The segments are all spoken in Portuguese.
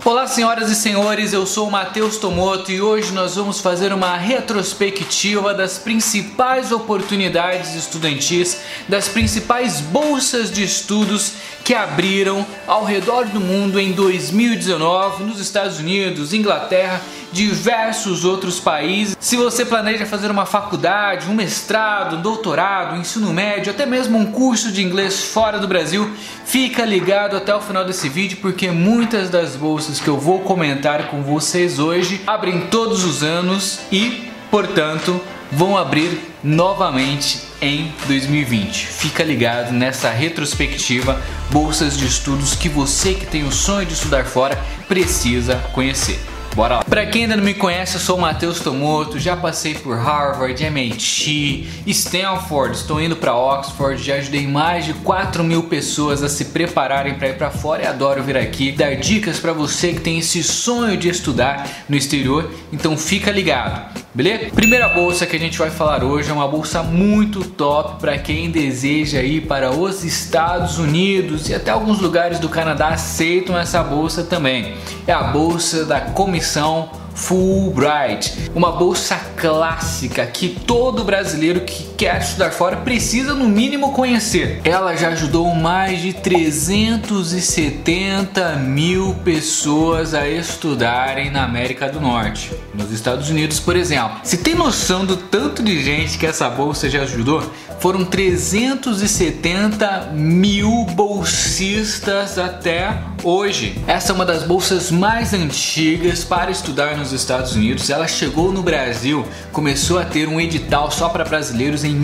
Olá senhoras e senhores, eu sou o Matheus Tomoto e hoje nós vamos fazer uma retrospectiva das principais oportunidades estudantis, das principais bolsas de estudos que abriram ao redor do mundo em 2019 nos Estados Unidos, Inglaterra, diversos outros países. Se você planeja fazer uma faculdade, um mestrado, um doutorado, um ensino médio, até mesmo um curso de inglês fora do Brasil, fica ligado até o final desse vídeo porque muitas das bolsas que eu vou comentar com vocês hoje abrem todos os anos e, portanto, vão abrir novamente em 2020. Fica ligado nessa retrospectiva, bolsas de estudos que você que tem o sonho de estudar fora precisa conhecer. Bora lá! Pra quem ainda não me conhece, eu sou o Matheus Tomoto, já passei por Harvard, MIT, Stanford, estou indo para Oxford, já ajudei mais de 4.000 pessoas a se prepararem para ir para fora e adoro vir aqui dar dicas para você que tem esse sonho de estudar no exterior, então fica ligado, beleza? Primeira bolsa que a gente vai falar hoje é uma bolsa muito top para quem deseja ir para os Estados Unidos e até alguns lugares do Canadá aceitam essa bolsa também. É a bolsa da Comissão Fulbright, uma bolsa clássica que todo brasileiro que quer estudar fora precisa no mínimo conhecer. Ela já ajudou mais de 370.000 pessoas a estudarem na América do Norte, nos Estados Unidos, por exemplo. Se tem noção do tanto de gente que essa bolsa já ajudou? Foram 370.000 bolsistas até hoje. Essa é uma das bolsas mais antigas para estudar nos Estados Unidos. Ela chegou no Brasil, começou a ter um edital só para brasileiros em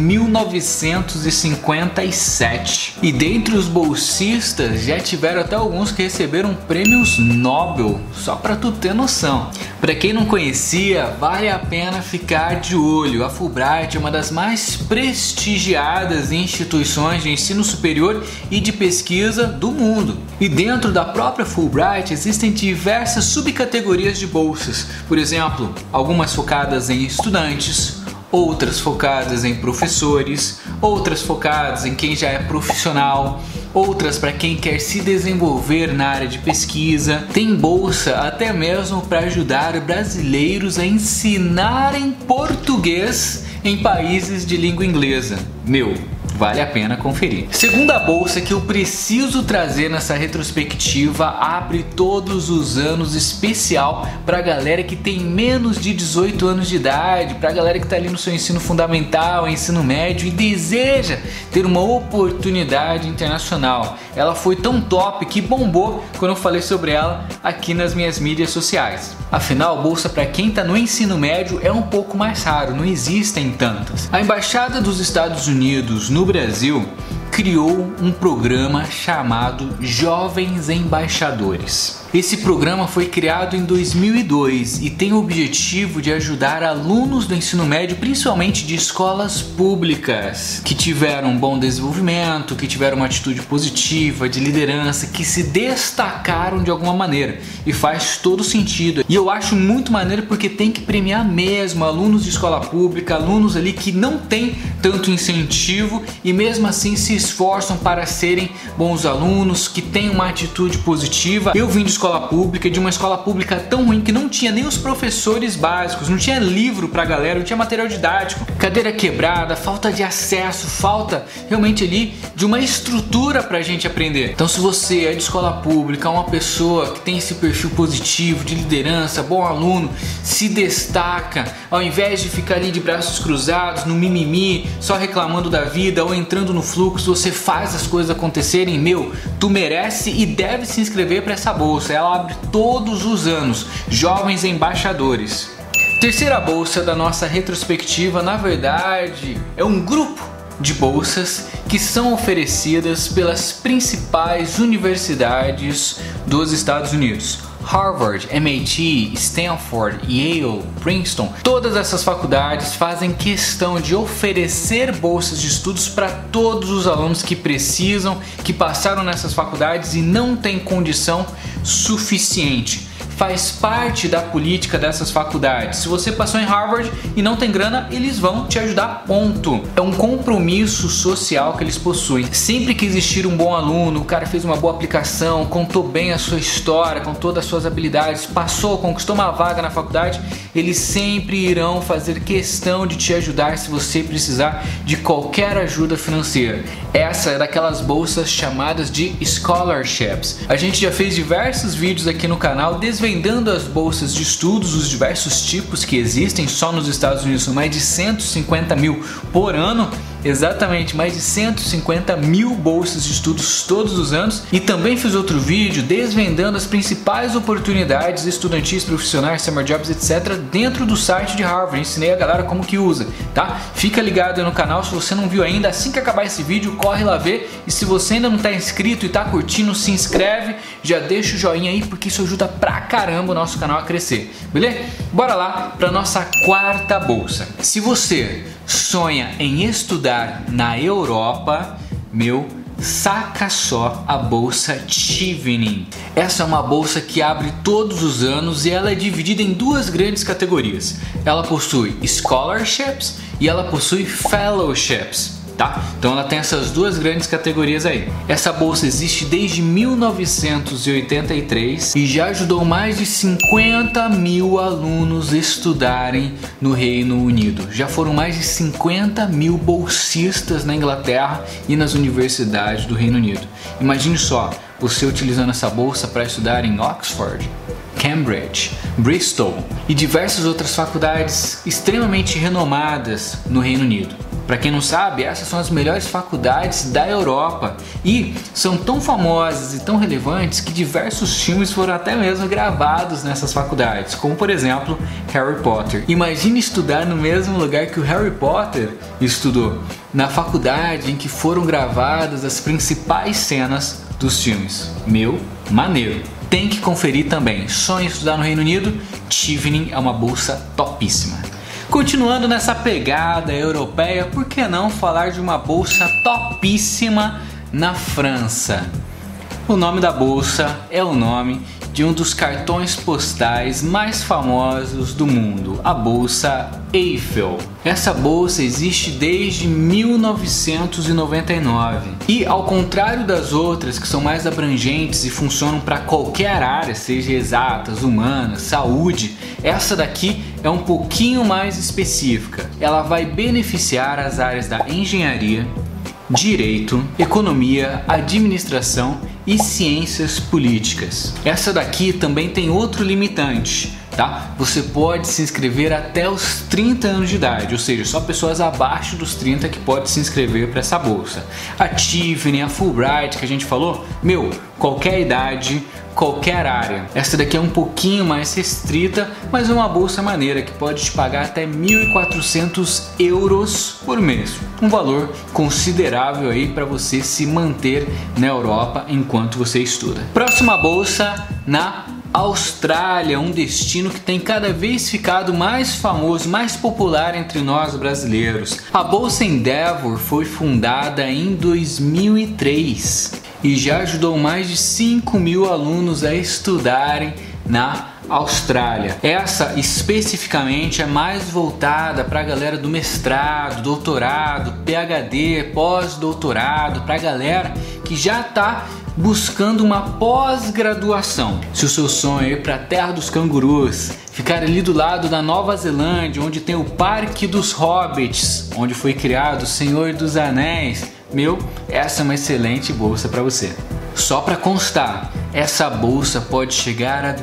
1957. E dentre os bolsistas já tiveram até alguns que receberam prêmios Nobel, só para tu ter noção. Para quem não conhecia, vale a pena ficar de olho. A Fulbright é uma das mais prestigiadas instituições de ensino superior e de pesquisa do mundo. E dentro da própria Fulbright existem diversas subcategorias de bolsas. Por exemplo, algumas focadas em estudantes, outras focadas em professores, outras focadas em quem já é profissional, outras para quem quer se desenvolver na área de pesquisa. Tem bolsa até mesmo para ajudar brasileiros a ensinarem português em países de língua inglesa. Vale a pena conferir. Segunda bolsa que eu preciso trazer nessa retrospectiva, abre todos os anos, especial para a galera que tem menos de 18 anos de idade, para a galera que está ali no seu ensino fundamental, ensino médio e deseja ter uma oportunidade internacional. Ela foi tão top que bombou quando eu falei sobre ela aqui nas minhas mídias sociais. Afinal, bolsa para quem está no ensino médio é um pouco mais raro, não existem tantas. A Embaixada dos Estados Unidos no Brasil criou um programa chamado Jovens Embaixadores. Esse programa foi criado em 2002 e tem o objetivo de ajudar alunos do ensino médio, principalmente de escolas públicas, que tiveram um bom desenvolvimento, que tiveram uma atitude positiva, de liderança, que se destacaram de alguma maneira. E faz todo sentido. E eu acho muito maneiro porque tem que premiar mesmo alunos de escola pública, alunos ali que não têm tanto incentivo e mesmo assim se esforçam para serem bons alunos, que têm uma atitude positiva. Eu vim de escola pública, de uma escola pública tão ruim que não tinha nem os professores básicos, não tinha livro pra galera, não tinha material didático, cadeira quebrada, falta de acesso, falta realmente ali de uma estrutura pra gente aprender. Então se você é de escola pública, uma pessoa que tem esse perfil positivo, de liderança, bom aluno, se destaca, ao invés de ficar ali de braços cruzados, no mimimi, só reclamando da vida ou entrando no fluxo, você faz as coisas acontecerem, tu merece e deve se inscrever para essa bolsa. Ela abre todos os anos. Jovens Embaixadores. Terceira bolsa da nossa retrospectiva, na verdade, é um grupo de bolsas que são oferecidas pelas principais universidades dos Estados Unidos. Harvard, MIT, Stanford, Yale, Princeton, todas essas faculdades fazem questão de oferecer bolsas de estudos para todos os alunos que precisam, que passaram nessas faculdades e não têm condição suficiente. faz parte da política dessas faculdades. Se você passou em Harvard e não tem grana, eles vão te ajudar, ponto. É um compromisso social que eles possuem. Sempre que existir um bom aluno, o cara fez uma boa aplicação, contou bem a sua história, com todas as suas habilidades, passou, conquistou uma vaga na faculdade, eles sempre irão fazer questão de te ajudar se você precisar de qualquer ajuda financeira. Essa é daquelas bolsas chamadas de scholarships. A gente já fez diversos vídeos aqui no canal desvendando as bolsas de estudos, os diversos tipos que existem. Só nos Estados Unidos são mais de 150 mil por ano. Exatamente, mais de 150 mil bolsas de estudos todos os anos. E também fiz outro vídeo desvendando as principais oportunidades estudantis, profissionais, summer jobs, etc. dentro do site de Harvard. Ensinei a galera como que usa, tá? Fica ligado aí no canal se você não viu ainda. Assim que acabar esse vídeo, corre lá ver. E se você ainda não está inscrito e está curtindo, se inscreve. Já deixa o joinha aí porque isso ajuda pra caramba o nosso canal a crescer, beleza? Bora lá para nossa quarta bolsa. Se você sonha em estudar na Europa, saca só a bolsa Chevening. Essa é uma bolsa que abre todos os anos e ela é dividida em duas grandes categorias. Ela possui scholarships e ela possui fellowships. Tá? Então ela tem essas duas grandes categorias aí. Essa bolsa existe desde 1983 e já ajudou mais de 50 mil alunos a estudarem no Reino Unido. Já foram mais de 50 mil bolsistas na Inglaterra e nas universidades do Reino Unido. Imagine só, você utilizando essa bolsa para estudar em Oxford, Cambridge, Bristol e diversas outras faculdades extremamente renomadas no Reino Unido. Para quem não sabe, essas são as melhores faculdades da Europa e são tão famosas e tão relevantes que diversos filmes foram até mesmo gravados nessas faculdades, como por exemplo Harry Potter. Imagine estudar no mesmo lugar que o Harry Potter estudou, na faculdade em que foram gravadas as principais cenas dos filmes. Maneiro! Tem que conferir também. Sonha em estudar no Reino Unido? Chevening é uma bolsa topíssima. Continuando nessa pegada europeia, por que não falar de uma bolsa topíssima na França? O nome da bolsa é o nome de um dos cartões postais mais famosos do mundo, a Bolsa Eiffel. Essa bolsa existe desde 1999 e, ao contrário das outras que são mais abrangentes e funcionam para qualquer área, seja exatas, humanas, saúde, essa daqui é um pouquinho mais específica. Ela vai beneficiar as áreas da engenharia, direito, economia, administração e ciências políticas. Essa daqui também tem outro limitante, tá? Você pode se inscrever até os 30 anos de idade, ou seja, só pessoas abaixo dos 30 que podem se inscrever para essa bolsa. A Chevening, a Fulbright que a gente falou, qualquer idade, qualquer área. Essa daqui é um pouquinho mais restrita, mas é uma bolsa maneira que pode te pagar até 1.400 euros por mês. Um valor considerável aí para você se manter na Europa enquanto você estuda. Próxima bolsa na Austrália, um destino que tem cada vez ficado mais famoso, mais popular entre nós brasileiros. A Bolsa Endeavour foi fundada em 2003 e já ajudou mais de 5 mil alunos a estudarem na Austrália. Essa especificamente é mais voltada para a galera do mestrado, doutorado, PhD, pós-doutorado, para a galera que já está buscando uma pós-graduação. Se o seu sonho é ir para a terra dos cangurus, ficar ali do lado da Nova Zelândia, onde tem o Parque dos Hobbits, onde foi criado o Senhor dos Anéis, essa é uma excelente bolsa para você. Só para constar, essa bolsa pode chegar a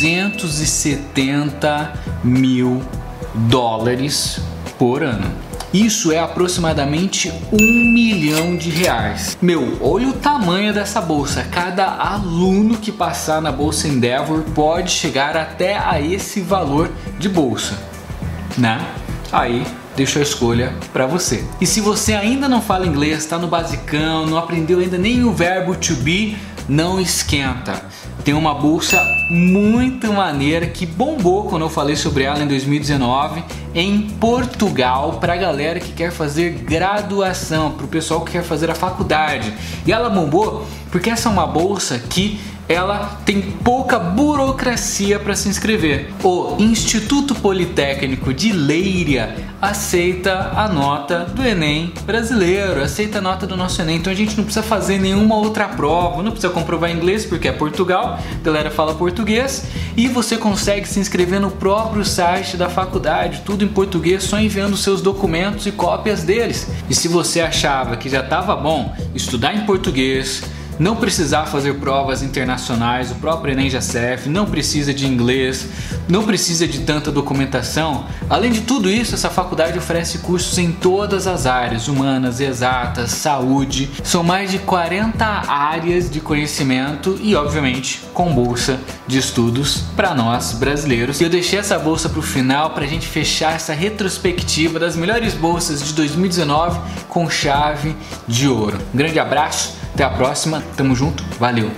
270 mil dólares por ano. Isso é aproximadamente R$1 milhão. Olha o tamanho dessa bolsa. Cada aluno que passar na Bolsa Endeavour pode chegar até a esse valor de bolsa, né? Aí deixo a escolha para você. E se você ainda não fala inglês, está no basicão, não aprendeu ainda nem o verbo to be, não esquenta. Tem uma bolsa muito maneira que bombou quando eu falei sobre ela em 2019 em Portugal, para a galera que quer fazer graduação, para o pessoal que quer fazer a faculdade. E ela bombou porque essa é uma bolsa que ela tem pouca burocracia para se inscrever. O Instituto Politécnico de Leiria aceita a nota do Enem brasileiro, aceita a nota do nosso Enem, então a gente não precisa fazer nenhuma outra prova, não precisa comprovar inglês porque é Portugal, a galera fala português, e você consegue se inscrever no próprio site da faculdade, tudo em português, só enviando seus documentos e cópias deles. E se você achava que já estava bom estudar em português, não precisar fazer provas internacionais, o próprio Enem já serve, não precisa de inglês, não precisa de tanta documentação. Além de tudo isso, essa faculdade oferece cursos em todas as áreas, humanas, exatas, saúde. São mais de 40 áreas de conhecimento e, obviamente, com bolsa de estudos para nós brasileiros. E eu deixei essa bolsa para o final para a gente fechar essa retrospectiva das melhores bolsas de 2019 com chave de ouro. Um grande abraço. Até a próxima, tamo junto, valeu!